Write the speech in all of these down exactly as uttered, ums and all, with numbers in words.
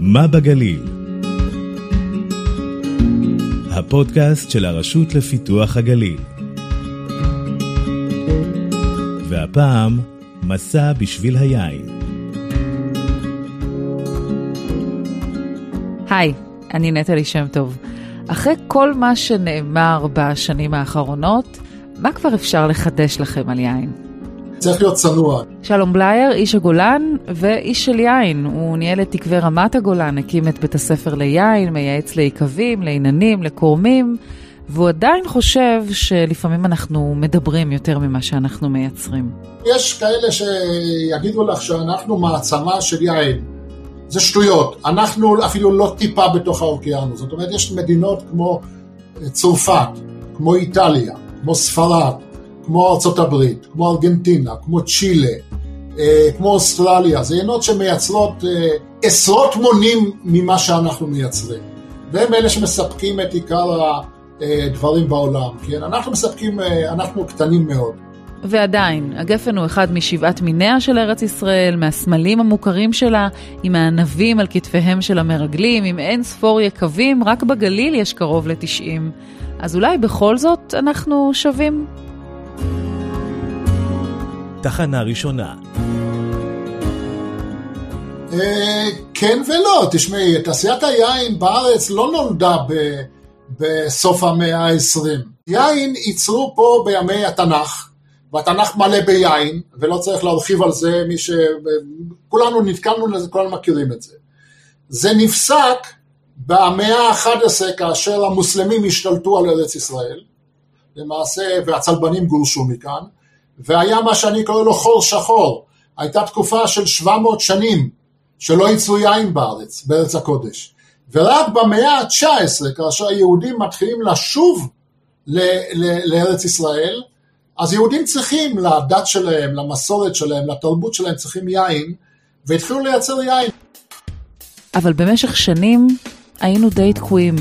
מה בגליל? הפודקאסט של הרשות לפיתוח הגליל. והפעם, מסע בשביל היין. היי, אני נטלי שם טוב. אחרי כל מה שנאמר בשנים האחרונות, מה כבר אפשר לחדש לכם על יין? צריך להיות צנוע. שלום בלייר, איש הגולן ואיש של יין. הוא ניהל את תקווה רמת הגולן, הקים את בית הספר ליין, מייעץ לעיקבים, לעיננים, לקורמים, והוא עדיין חושב שלפעמים אנחנו מדברים יותר ממה שאנחנו מייצרים. יש כאלה שיגידו לך שאנחנו מעצמה של יין. זה שטויות. אנחנו אפילו לא טיפה בתוך האוקיינוס. זאת אומרת, יש מדינות כמו צרפת, כמו איטליה, כמו ספרד, כמו ארצות הברית, כמו ארגנטינה, כמו צ'ילה, כמו אוסטרליה. זה עיינות שמייצרות עשרות מונים ממה שאנחנו מייצרים. והם אלה שמספקים את עיקר הדברים בעולם. כן? אנחנו מספקים, אנחנו קטנים מאוד. ועדיין, הגפן הוא אחד משבעת מיניה של ארץ ישראל, מהסמלים המוכרים שלה, עם הענבים על כתפיהם של המרגלים, עם אין ספור יקבים, רק בגליל יש קרוב ל-תשעים. אז אולי בכל זאת אנחנו שווים? תחנה ראשונה. כן ולא, תשמעי, תעשיית היין בארץ לא נולדה בסוף המאה ה-עשרים. יין ייצרו פה בימי התנ"ך, והתנ"ך מלא ביין, ולא צריך להרחיב על זה, מי ש... כולנו נתקלנו לזה, כולנו מכירים את זה. זה נפסק במאה ה-אחת עשרה, כאשר המוסלמים השתלטו על ארץ ישראל, למעשה, והצלבנים גורשו מכאן, והיה מה שאני קורא לו חור שחור. הייתה תקופה של שבע מאות שנים, שלא ייצרו יין בארץ, בארץ הקודש. ורק במאה ה-תשע עשרה, כאשר היהודים מתחילים לשוב ל- ל- לארץ ישראל, אז יהודים צריכים לדת שלהם, למסורת שלהם, לתרבות שלהם, צריכים יין, והתחילו לייצר יין. אבל במשך שנים היינו די תקועים.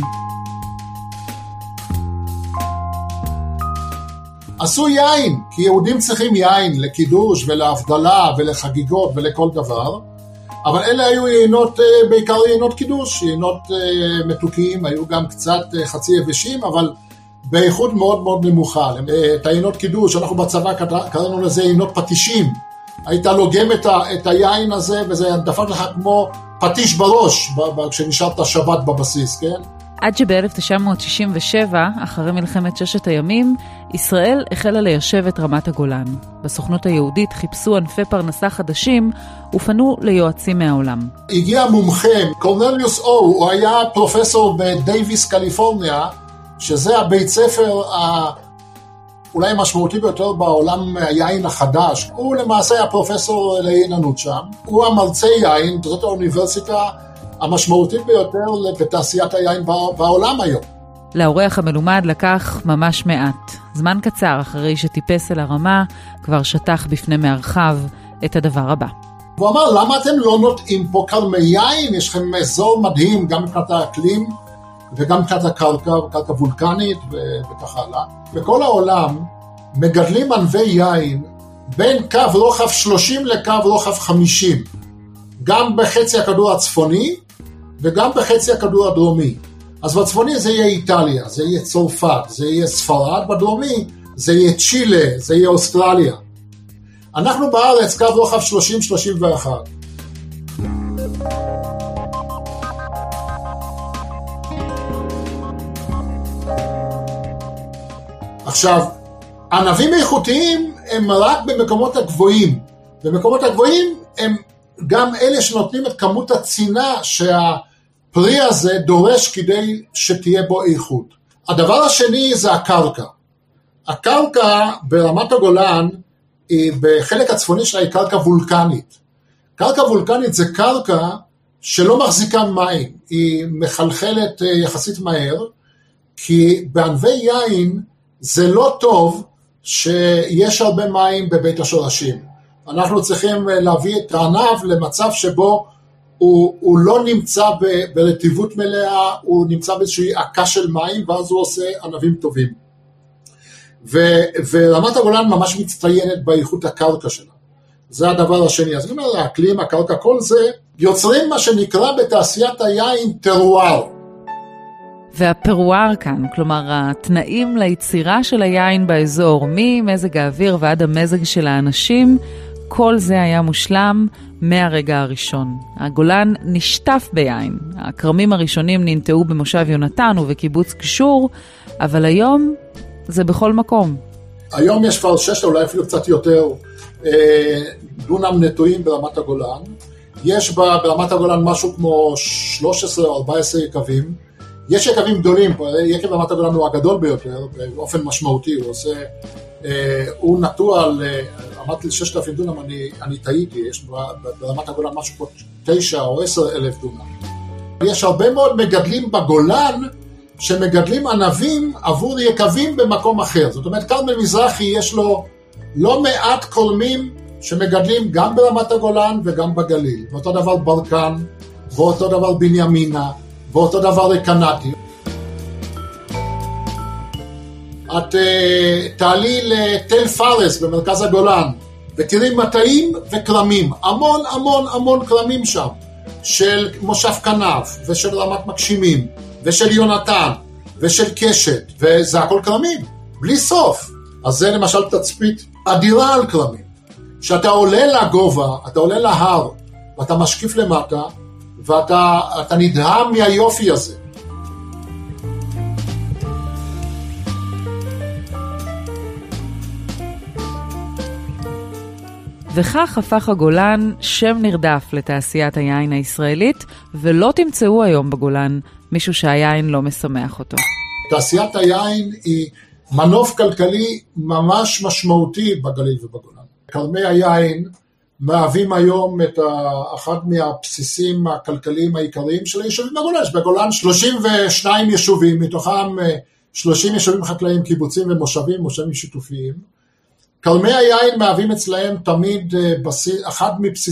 עשו יין, כי יהודים צריכים יין לקידוש ולהבדלה ולחגיגות ולכל דבר, אבל אלה היו יינות, בעיקר יינות קידוש, יינות מתוקים, היו גם קצת חצי יבשים, אבל באיכות מאוד מאוד נמוכה. את היינות קידוש, אנחנו בצבא קראנו לזה יינות פטישים. היית לוגם את, ה, את היין הזה, וזה דפק לך כמו פטיש בראש, כשנשארת שבת בבסיס, כן? עד שב-אלף תשע מאות שישים ושבע, אחרי מלחמת ששת הימים, ישראל החלה ליישב את רמת הגולן. בסוכנות היהודית חיפשו ענפי פרנסה חדשים ופנו ליועצים מהעולם. הגיע מומחה, קורנליוס או, הוא היה פרופסור בדייוויס, קליפורניה, שזה הבית ספר ה... אולי המשמעותי ביותר בעולם היין החדש. הוא למעשה הפרופסור לייננות שם. הוא המרצה יין, זאת האוניברסיטה המשמעותית ביותר בתעשיית היין בעולם היום. לאורח המלומד לקח ממש מעט. זמן קצר אחרי שטיפס אל הרמה, כבר שטח בפני מערכיו את הדבר הבא. הוא אמר, למה אתם לא נוטעים פה כרמי יין? יש לכם אזור מדהים, גם מבחינת האקלים, וגם מבחינת הקרקע, קרקע וולקנית וכך הלאה. בכל העולם מגדלים ענבי יין בין קו רוחב שלושים לקו רוחב חמישים. גם בחצי הכדור הצפוני, וגם בחצי הכדור הדרומי. אז בצפוני זה יהיה איטליה, זה יהיה צרפת, זה יהיה ספרד, בדרומי זה יהיה צ'ילה, זה יהיה אוסטרליה. אנחנו בארץ קו רוחב שלושים שלושים ואחת. עכשיו, ענבים איכותיים הם רק במקומות הגבוהים. במקומות הגבוהים הם גם אלה שנותנים את כמות הצינה שהפרי הזה דורש כדי שתהיה בו איכות. הדבר השני זה הקרקע. הקרקע ברמת הגולן, היא בחלק הצפוני שלה היא קרקע וולקנית. קרקע וולקנית זה קרקע שלא מחזיקה מים, היא מחלחלת יחסית מהר, כי בענבי יין זה לא טוב שיש הרבה מים בבית השורשים. אנחנו צריכים להביא את הענב למצב שבו הוא, הוא לא נמצא ב, ברטיבות מלאה, הוא נמצא באיזושהי עקה של מים, ואז הוא עושה ענבים טובים. ו, ורמת הגולן ממש מצטיינת באיכות הקרקע שלה. זה הדבר השני. אז אני אומר, האקלים, הקרקע, כל זה, יוצרים מה שנקרא בתעשיית היין טרואר. והפרואר כאן, כלומר התנאים ליצירה של היין באזור, ממזג האוויר ועד המזג של האנשים, כל זה היה מושלם מהרגע הראשון. הגולן נשטף ביין. הקרמים הראשונים ננטעו במושב יונתן ובקיבוץ קשור, אבל היום זה בכל מקום. היום יש כבר שש, אולי אפילו קצת יותר, דונם נטועים ברמת הגולן. יש ברמת הגולן משהו כמו שלוש עשרה או ארבע עשרה יקבים. יש יקבים גדולים, יקב רמת הגולן הוא הגדול ביותר, באופן משמעותי, הוא עושה, הוא נטוע על, אמרתי ל-ששת אלפים דונם, אני, אני טעיתי, יש ברמת הגולן משהו כמו תשע או עשר אלף דונם. יש הרבה מאוד מגדלים בגולן, שמגדלים ענבים עבור יקבים במקום אחר. זאת אומרת, כרמל מזרחי יש לו לא מעט קולמים שמגדלים גם ברמת הגולן וגם בגליל. ואותו דבר ברקן, ואותו דבר בנימינה, ואותו דבר רקנטי. את uh, תעלי לתל פרס במרכז הגולן, ותראי מטעים וקרמים, המון המון המון קרמים שם, של מושב כנף, ושל רמת מגשימים, ושל יונתן, ושל קשת, וזה הכל קרמים, בלי סוף. אז זה למשל תצפית אדירה על קרמים. שאתה עולה לגובה, אתה עולה להר, ואתה משקיף למטה, ואתה אתה נדהם מהיופי הזה. וכך הפך הגולן שם נרדף לתעשיית היין הישראלית, ולא תמצאו היום בגולן מישהו שהיין לא משמח אותו. תעשיית היין היא מנוף כלכלי ממש משמעותי בגליל ובגולן. כרמי היין מהווים היום את אחד מהבסיסים הכלכליים העיקריים של היישובים בגולן. יש בגולן שלושים ושניים יישובים, מתוכם שלושים יישובים חקלאיים, קיבוצים ומושבים, מושבים שיתופיים. כרמי היין מהווים אצלהם תמיד אחד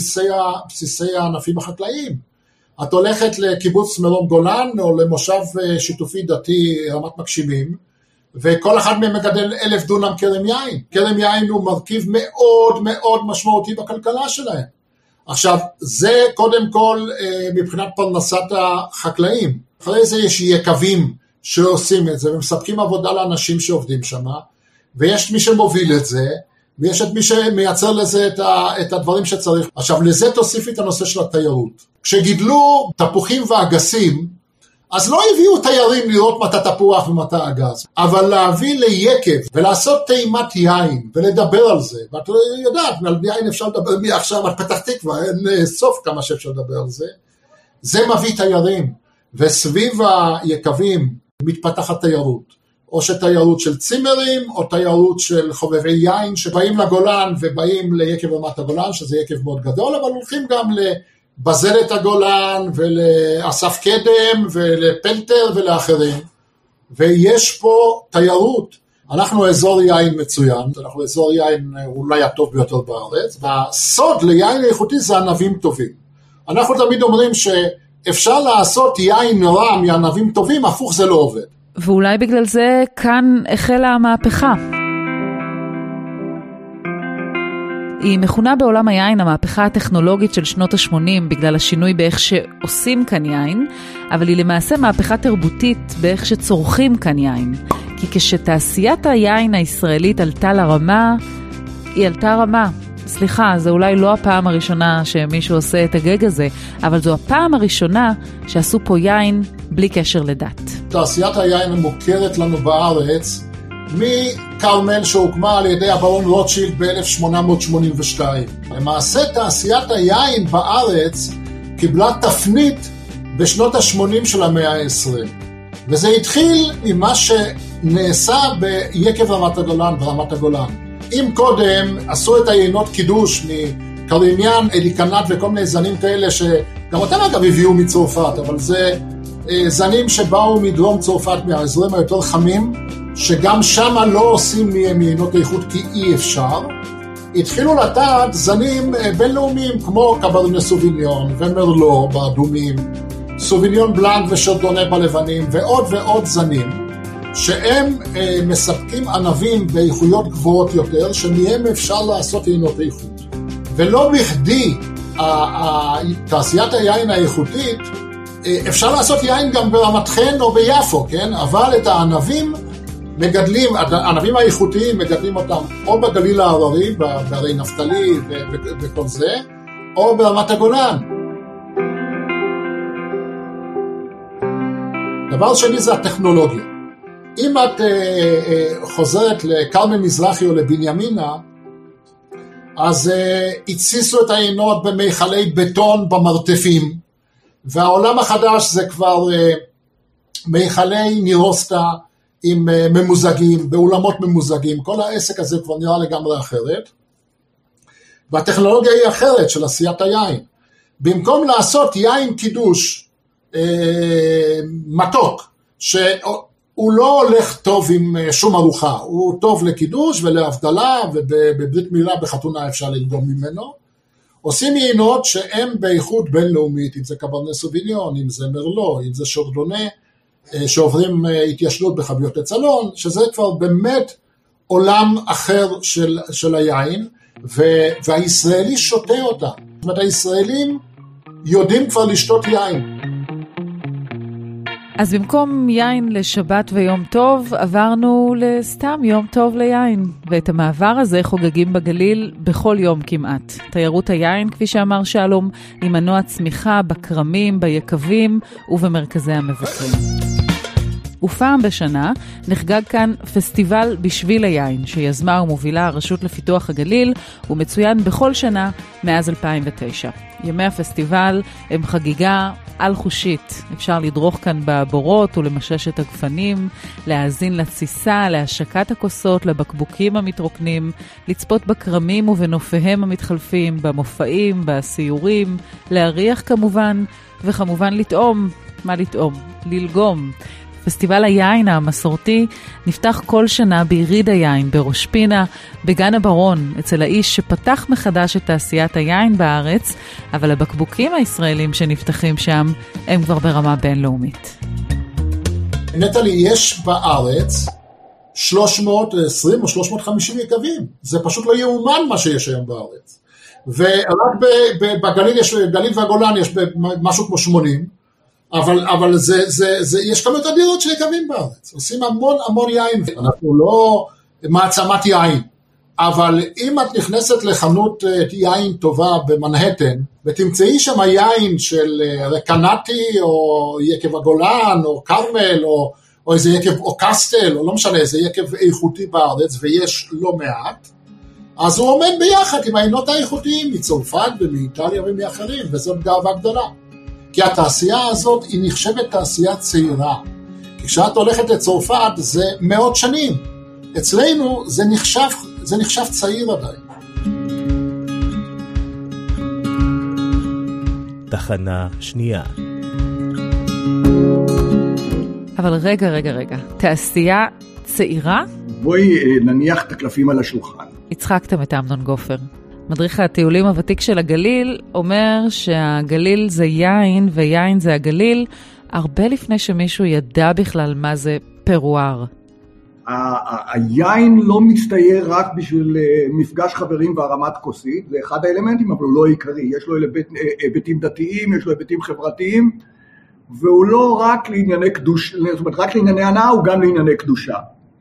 מבסיסי הענפים החקלאיים. את הולכת לקיבוץ מרום גולן או למושב שיתופי דתי רמת מגשימים, וכל אחד מהם מגדל אלף דונם כרם יין. כרם יין הוא מרכיב מאוד מאוד משמעותי בכלכלה שלהם. עכשיו, זה קודם כל מבחינת פרנסת החקלאים. אחרי זה יש יקבים שעושים את זה, ומספקים עבודה לאנשים שעובדים שם, ויש מי שמוביל את זה, ויש את מי שמייצר לזה את, ה, את הדברים שצריך. עכשיו, לזה תוסיפי את הנושא של התיירות. כשגידלו תפוחים ואגסים, אז לא הביאו תיירים לראות מתי תפוח ומתי אגס, אבל להביא ליקב ולעשות טעימת יין ולדבר על זה, ואת יודעת, על יין אפשר לדבר מעכשיו עד פתח תקווה, אין סוף כמה שאפשר לדבר על זה, זה מביא תיירים, וסביב היקבים מתפתחת תיירות, או שתיירות של צימרים, או תיירות של חובבי יין, שבאים לגולן ובאים ליקב רמת הגולן, שזה יקב מאוד גדול, אבל הולכים גם לבזלת הגולן, ולאסף קדם, ולפלטר ולאחרים, ויש פה תיירות. אנחנו אזור יין מצוין, אנחנו אזור יין אולי הטוב ביותר בארץ, והסוד ליין איכותי זה ענבים טובים. אנחנו תמיד אומרים שאפשר לעשות יין רע מענבים טובים, הפוך זה לא עובד. ואולי בגלל זה כאן החלה המהפכה. היא מכונה בעולם היין המהפכה הטכנולוגית של שנות ה-שמונים בגלל השינוי באיך שעושים כאן יין, אבל היא למעשה מהפכה תרבותית באיך שצורכים כאן יין. כי כשתעשיית היין הישראלית עלתה לרמה, היא עלתה רמה. סליחה, זה אולי לא הפעם הראשונה שמישהו עושה את הגג הזה, אבל זו הפעם הראשונה שעשו פה יין בלי קשר לדת. תעשיית היין מוכרת לנו בארץ מקרמל שהוקמה על ידי הברון רוטשילד ב-אלף שמונה מאות שמונים ושתיים. למעשה תעשיית היין בארץ קיבלה תפנית בשנות ה-שמונים של המאה ה-עשרים. וזה התחיל ממה שנעשה ביקב רמת הגולן, ברמת הגולן. אם קודם עשו את היינות קידוש מקריניאן, אליקנת וכל מיני זנים כאלה שגם אותם אגב הביאו מצרפת, אבל זה זנים שבאו מדרום צרפת מהאזורים היותר חמים, שגם שם לא עושים מהם יינות איכות כי אי אפשר. התחילו לטעת זנים בינלאומיים כמו קברנה סוביניון ומרלו באדומים, סוביניון בלנק ושרדונה בלבנים ועוד ועוד זנים. שהם אה, מספקים ענבים באיכויות גבוהות יותר, שמהם אפשר לעשות יינות איכות. ולא בכדי תעשיית היין האיכותית, אפשר לעשות יין גם ברמת חן או ביפו, כן? אבל את הענבים מגדלים, הענבים האיכותיים מגדלים אותם או בגליל ההררי, בערי נפתלי וכל זה, או ברמת הגולן. דבר שני זה הטכנולוגיה. אם את uh, uh, חוזרת לקרמן מזרחי או לבנימינה, אז uh, הציסו את העינות במיכלי בטון במרתפים, והעולם החדש זה כבר uh, מיכלי נירוסטה עם uh, ממוזגים, באולמות ממוזגים, כל העסק הזה כבר נראה לגמרי אחרת, והטכנולוגיה היא אחרת של עשיית היין. במקום לעשות יין קידוש uh, מתוק, שהוא לא הולך טוב עם שום ארוחה, הוא טוב לקידוש ולהבדלה, ובברית מילה בחתונה אפשר לדגום ממנו. עושים יינות שהם באיכות בינלאומית, אם זה קברנה סוביניון, אם זה מרלו, אם זה שורדונה, שעוברים התיישנות בחביות הצלון, שזה כבר באמת עולם אחר של, של היין, והישראלי שותה אותה. זאת אומרת, הישראלים יודעים כבר לשתות יין. אז במקום יין לשבת ויום טוב, עברנו לסתם יום טוב ליין. ואת המעבר הזה חוגגים בגליל בכל יום כמעט. תיירות היין, כפי שאמר שלום, עם מנוע צמיחה בקרמים, ביקבים ובמרכזי המבקרים. ופעם בשנה נחגג כאן פסטיבל בשביל היין, שיזמה ומובילה הרשות לפיתוח הגליל, ומצוין בכל שנה מאז אלפיים ותשע. ימי הפסטיבל הם חגיגה על חושית. אפשר לדרוך כאן בבורות ולמשש את הגפנים, להאזין לתסיסה, להשקת הכוסות, לבקבוקים המתרוקנים, לצפות בקרמים ובנופיהם המתחלפים, במופעים, בסיורים, להריח כמובן, וכמובן לטעום. מה לטעום? ללגום. פסטיבל היין המסורתי נפתח כל שנה ביריד היין בראש פינה, בגן הברון, אצל האיש שפתח מחדש את תעשיית היין בארץ, אבל הבקבוקים הישראלים שנפתחים שם הם כבר ברמה בינלאומית. נטלי, יש בארץ שלוש מאות ועשרים או שלוש מאות וחמישים יקבים. זה פשוט לא יאומן מה שיש היום בארץ. ורק בגליל, יש, בגליל והגולן יש משהו כמו שמונים, אבל, אבל זה, זה, זה, יש כמה תדירות של יקבים בארץ, עושים המון המון יין, אנחנו לא מעצמת יין, אבל אם את נכנסת לחנות יין טובה במנהטן, ותמצאי שם יין של רקנטי, או יקב הגולן, או קרמל, או, או איזה יקב, או קסטל, או לא משנה, איזה יקב איכותי בארץ, ויש לא מעט, אז הוא עומד ביחד עם העינות האיכותיים, מצרפת ומאיטליה ומאחרים, וזאת גאווה גדולה. כי התעשייה הזאת היא נחשבת תעשייה צעירה. כי כשאת הולכת לצרפת זה מאות שנים. אצלנו זה נחשב, זה נחשב צעיר עדיין. תחנה שנייה. אבל רגע, רגע, רגע. תעשייה צעירה? בואי נניח את הקלפים על השולחן. הצחקתם את אמנון גופר. מדריך הטיולים הוותיק של הגליל אומר שהגליל זה יין ויין זה הגליל, הרבה לפני שמישהו ידע בכלל מה זה פירואר. היין לא מצטייר רק בשביל מפגש חברים והרמת כוסית, זה אחד האלמנטים, אבל הוא לא עיקרי. יש לו היבטים דתיים, יש לו היבטים חברתיים, והוא לא רק לענייני קדוש, זאת אומרת, רק לענייני הנאה, הוא גם לענייני קדושה.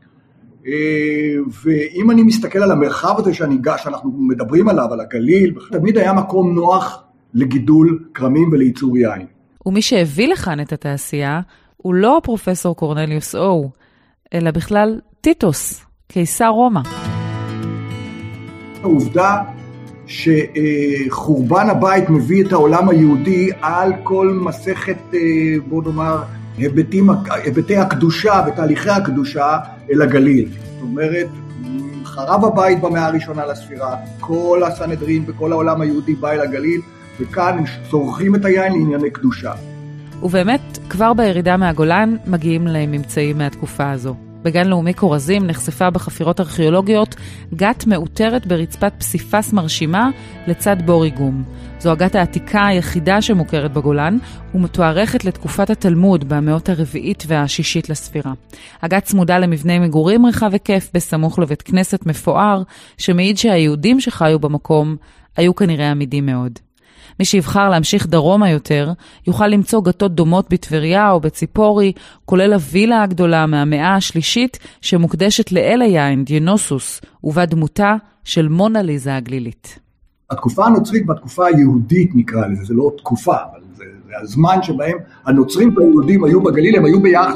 ואם אני מסתכל על המרחב הזה שאני גש, אנחנו מדברים עליו, על הגליל, תמיד היה מקום נוח לגידול קרמים ולייצור יין. ומי שהביא לכאן את התעשייה, הוא לא פרופסור קורנליוס או, אלא בכלל טיטוס, קיסר רומא. העובדה שחורבן הבית מביא את העולם היהודי על כל מסכת, בוא נאמר, היבטים, היבטי הקדושה ותהליכי הקדושה אל הגליל. זאת אומרת, חרב הבית במאה הראשונה לספירה, כל הסנהדרין וכל העולם היהודי בא אל הגליל, וכאן הם צורכים את היין לענייני קדושה. ובאמת, כבר בירידה מהגולן מגיעים לממצאים מהתקופה הזו. בגן לאומי כורזים נחשפה בחפירות ארכיאולוגיות גת מאותרת ברצפת פסיפס מרשימה לצד בור איגום. זו הגת העתיקה היחידה שמוכרת בגולן ומתוארכת לתקופת התלמוד במאות הרביעית והשישית לספירה. הגת צמודה למבנה מגורים רחב היקף בסמוך לבית כנסת מפואר שמעיד שהיהודים שחיו במקום היו כנראה עמידים מאוד. מי שיבחר להמשיך דרומה יותר, יוכל למצוא גתות דומות בטבריה או בציפורי, כולל הווילה הגדולה מהמאה השלישית, שמוקדשת לאל היין, דיונוסוס, ובה דמותה של מונה ליזה הגלילית. התקופה הנוצרית והתקופה היהודית נקרא לזה, זה לא תקופה, אבל זה, זה הזמן שבהם הנוצרים והיהודים היו בגליל, הם היו ביחד.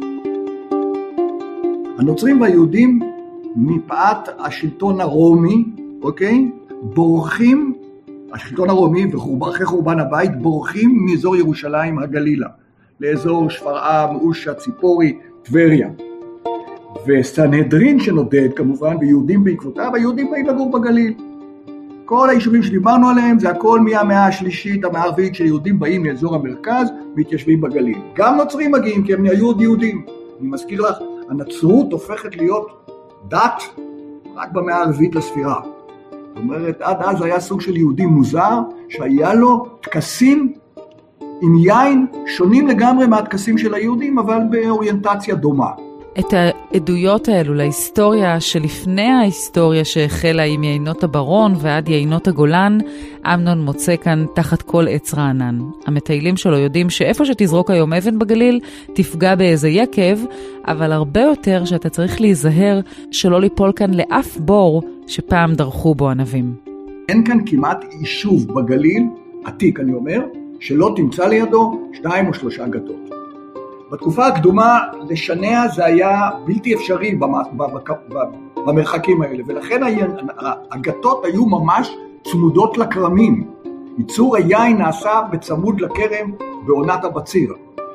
הנוצרים והיהודים מפאת השלטון הרומי, אוקיי? בורחים, השלטון הרומי ואחרי חורבן הבית, בורחים מאזור ירושלים הגלילה, לאזור שפרעם, אושה, ציפורי, טבריה. וסנהדרין שנודד כמובן, ויהודים בעקבותיו, היהודים באים לגור בגליל. כל היישובים שדיברנו עליהם, זה הכל מהמאה השלישית, המאה הרביעית, שיהודים באים מאזור המרכז, מתיישבים בגליל. גם נוצרים מגיעים, כי הם היו עוד יהודים. אני מזכיר לך, הנצרות הופכת להיות דת רק במאה הרביעית לספירה. זאת אומרת, עד אז היה סוג של יהודי מוזר, שהיה לו טקסים עם יין שונים לגמרי מהטקסים של היהודים, אבל באוריינטציה דומה. את העדויות האלו להיסטוריה שלפני ההיסטוריה שהחלה עם יינות הברון ועד יינות הגולן, אמנון מוצא כאן תחת כל עץ רענן. המטיילים שלו יודעים שאיפה שתזרוק היום אבן בגליל, תפגע באיזה יקב, אבל הרבה יותר שאתה צריך להיזהר שלא ליפול כאן לאף בור שפעם דרכו בו ענבים. אין כאן כמעט יישוב בגליל, עתיק אני אומר, שלא תמצא לידו שתיים או שלושה גתות. בתקופה הקדומה לשניה זה היה בלתי אפשרי במרחקים האלה, ולכן הגתות היו ממש צמודות לקרמים. ייצור היין נעשה בצמוד לקרם בעונת הבציר.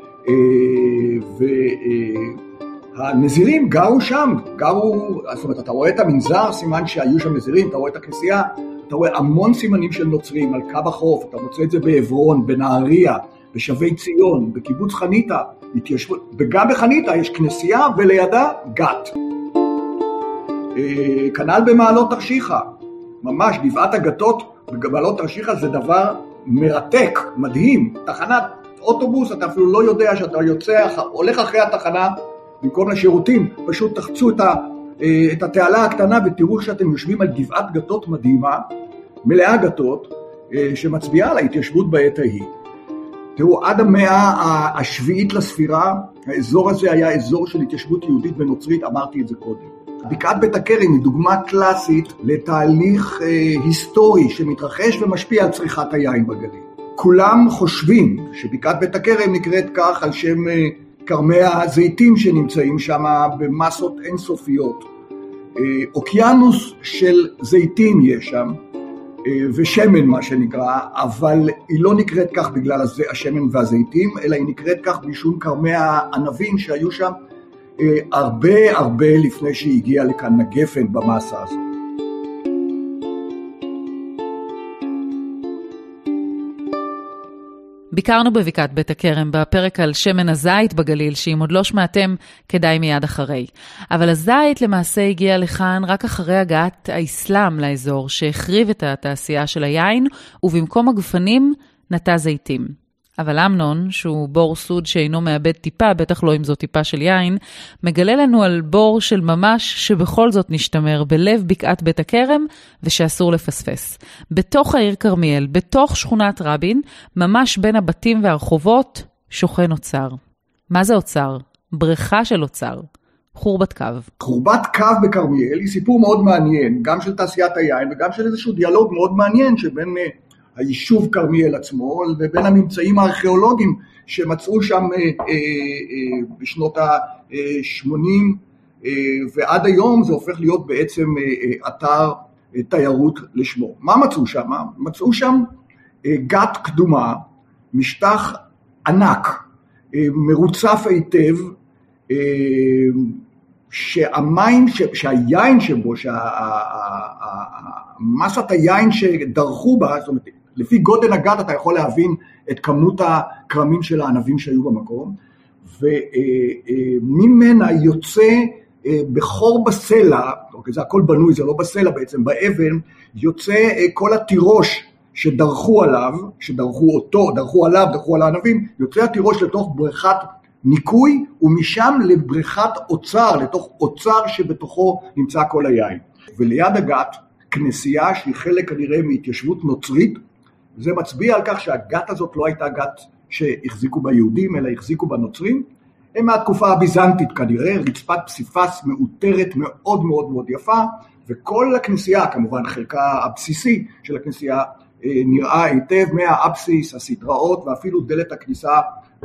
והנזירים גרו שם, גרו, זאת אומרת, אתה רואה את המנזר, סימן שהיו שם נזירים, אתה רואה את הכנסייה, אתה רואה המון סימנים של נוצרים על קו החוף, אתה מוצא את זה בעברון, בנהריה, בשבי ציון, בקיבוץ חניתה, התיישבות, וגם בחניתה יש כנסייה ולידה גת. כנ"ל במעלות תרשיחא, ממש גבעת הגתות במעלות תרשיחא זה דבר מרתק, מדהים, תחנת אוטובוס, אתה אפילו לא יודע שאתה יוצא, הולך אחרי התחנה, במקום לשירותים, פשוט תחצו את, ה, את התעלה הקטנה ותראו שאתם יושבים על גבעת גתות מדהימה, מלאה גתות, שמצביעה על ההתיישבות בעת ההיא. תראו, עד המאה השביעית לספירה, האזור הזה היה אזור של התיישבות יהודית ונוצרית, אמרתי את זה קודם. בקעת בית הכרם היא דוגמה קלאסית לתהליך אה, היסטורי שמתרחש ומשפיע על צריכת היין בגליל. כולם חושבים שבקעת בית הכרם נקראת כך על שם אה, קרמי הזיתים שנמצאים שם במסות אינסופיות. אה, אוקיינוס של זיתים יש שם, ושמן מה שנקרא, אבל היא לא נקראת כך בגלל השמן והזיתים, אלא היא נקראת כך בשום קרמי הענבים שהיו שם הרבה הרבה לפני שהגיע לכאן הגפן במסה הזאת. ביקרנו בבקעת בית הכרם בפרק על שמן הזית בגליל, שאם עוד לא שמעתם, כדאי מיד אחרי. אבל הזית למעשה הגיע לכאן רק אחרי הגעת האסלאם לאזור, שהחריב את התעשייה של היין, ובמקום הגפנים נטע זיתים. אבל אמנון, שהוא בור סוד שאינו מאבד טיפה, בטח לא אם זו טיפה של יין, מגלה לנו על בור של ממש שבכל זאת נשתמר בלב בקעת בית הכרם, ושאסור לפספס. בתוך העיר כרמיאל, בתוך שכונת רבין, ממש בין הבתים והרחובות, שוכן אוצר. מה זה אוצר? בריכה של אוצר. חורבת קו. חורבת קו בכרמיאל היא סיפור מאוד מעניין, גם של תעשיית היין, וגם של איזשהו דיאלוג מאוד מעניין שבין היישוב כרמיאל עצמו, ובין הממצאים הארכיאולוגיים שמצאו שם אה, אה, בשנות ה-שמונים, אה, ועד היום זה הופך להיות בעצם אה, אתר אה, תיירות לשמו. מה מצאו שם? מצאו שם אה, גת קדומה, משטח ענק, אה, מרוצף היטב, אה, שהמים, שהיין שבו, שהמסת היין שדרכו בה, זאת אומרת, לפי גודל הגת אתה יכול להבין את כמות הקרמים של הענבים שהיו במקום, וממנה יוצא בחור בסלע, זה הכל בנוי, זה לא בסלע בעצם, באבן, יוצא כל התירוש שדרכו עליו, שדרכו אותו, דרכו עליו, דרכו על הענבים, יוצא התירוש לתוך בריכת ניקוי, ומשם לבריכת אוצר, לתוך אוצר שבתוכו נמצא כל היין. וליד הגת, כנסייה שהיא חלק כנראה מהתיישבות נוצרית, זה מצביע על כך שהגת הזאת לא הייתה גת שהחזיקו בה יהודים, אלא החזיקו בה נוצרים, הם מהתקופה הביזנטית כנראה, רצפת פסיפס מאותרת מאוד מאוד מאוד יפה, וכל הכנסייה, כמובן חלקה הבסיסי של הכנסייה, נראה היטב מהאבסיס, הסדראות ואפילו דלת הכניסה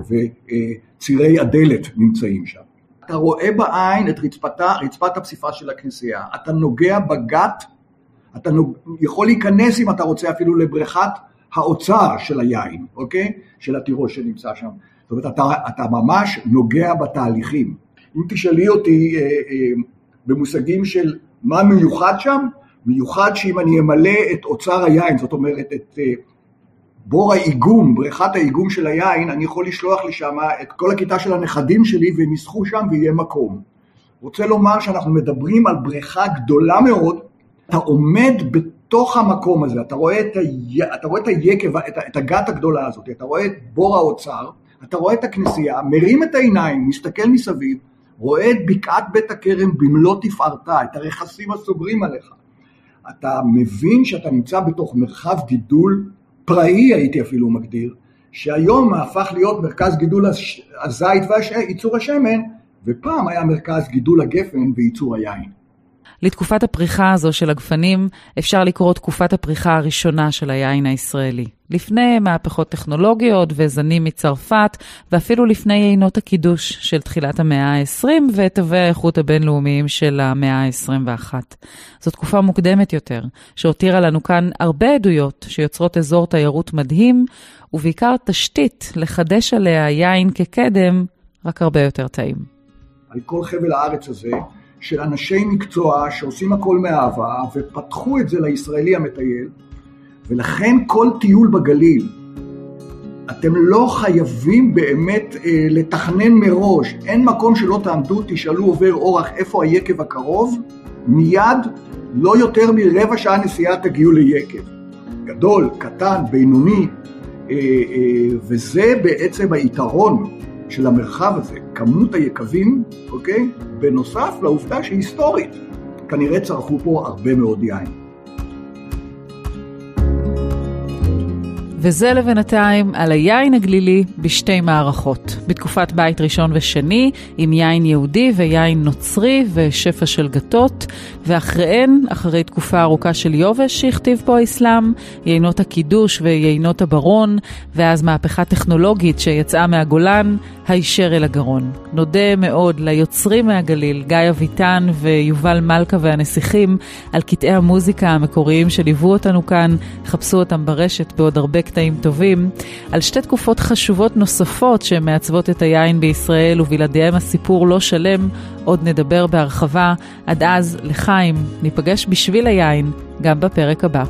וצירי הדלת נמצאים שם. אתה רואה בעין את רצפתה, רצפת הפסיפס של הכנסייה, אתה נוגע בגת, אתה נוג... יכול להיכנס אם אתה רוצה אפילו לבריכת האוצר של היין, אוקיי? של התירוש שנמצא שם. זאת אומרת, אתה, אתה ממש נוגע בתהליכים. אם תשאלי אותי אה, אה, במושגים של מה מיוחד שם, מיוחד שאם אני אמלא את אוצר היין, זאת אומרת את אה, בור האיגום, בריכת האיגום של היין, אני יכול לשלוח לי שם את כל הכיתה של הנכדים שלי והם ישחו שם ויהיה מקום. רוצה לומר שאנחנו מדברים על בריכה גדולה מאוד, אתה עומד בתוך המקום הזה, אתה רואה את, ה... אתה רואה את היקב, את, ה... את הגת הגדולה הזאת, אתה רואה את בור האוצר, אתה רואה את הכנסייה, מרים את העיניים, מסתכל מסביב, רואה את בקעת בית הכרם במלוא תפארתה, את הרכסים הסוגרים עליך. אתה מבין שאתה נמצא בתוך מרחב גידול פראי, הייתי אפילו מגדיר, שהיום הפך להיות מרכז גידול הזית וייצור השמן, ופעם היה מרכז גידול הגפן וייצור היין. לתקופת הפריחה הזו של הגפנים אפשר לקרוא תקופת הפריחה הראשונה של היין הישראלי. לפני מהפכות טכנולוגיות וזנים מצרפת, ואפילו לפני יינות הקידוש של תחילת המאה ה-העשרים ותווי האיכות הבינלאומיים של המאה ה-עשרים ואחת. זו תקופה מוקדמת יותר, שהותירה לנו כאן הרבה עדויות שיוצרות אזור תיירות מדהים, ובעיקר תשתית לחדש עליה יין כקדם, רק הרבה יותר טעים. על כל חבל הארץ הזה, של אנשי מקצוע שעושים הכל מאהבה, ופתחו את זה לישראלי המטייל, ולכן כל טיול בגליל, אתם לא חייבים באמת אה, לתכנן מראש, אין מקום שלא תעמדו, תשאלו עובר אורח איפה היקב הקרוב, מיד לא יותר מרבע שעה נסיעה תגיעו ליקב. גדול, קטן, בינוני, אה, אה, וזה בעצם היתרון של המרחב הזה, כמות היקבים, אוקיי? בנוסף לעובדה שהיסטורית, כנראה צרכו פה הרבה מאוד יין. וזה לבינתיים על היין הגלילי בשתי מערכות. בתקופת בית ראשון ושני, עם יין יהודי ויין נוצרי ושפע של גתות, ואחריהן, אחרי תקופה ארוכה של יובש שהכתיב פה האסלאם, יינות הקידוש ויינות הברון, ואז מהפכה טכנולוגית שיצאה מהגולן, הישר אל הגרון. נודה מאוד ליוצרים מהגליל, גיא אביטן ויובל מלכה והנסיכים, על קטעי המוזיקה המקוריים שליוו אותנו כאן, חפשו אותם ברשת בעוד הרבה קטעים טובים, על שתי תקופות חשובות נוספות שמעצבות את היין בישראל, ובלעדיהם הסיפור לא שלם, עוד נדבר בהרחבה. עד אז, לחיים, ניפגש בשביל היין, גם בפרק הבא.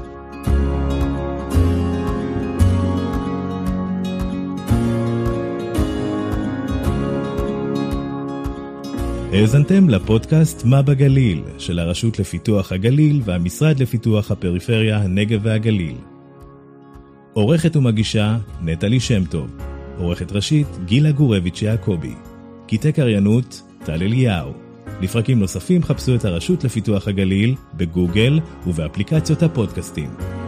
האזנתם לפודקאסט מה בגליל של הרשות לפיתוח הגליל והמשרד לפיתוח הפריפריה, הנגב והגליל. עורכת ומגישה נטלי שם טוב, עורכת ראשית גילה גורביץ' יעקבי, קטעי קריינות טל אליהו. לפרקים נוספים חפשו את הרשות לפיתוח הגליל בגוגל ובאפליקציות הפודקאסטים.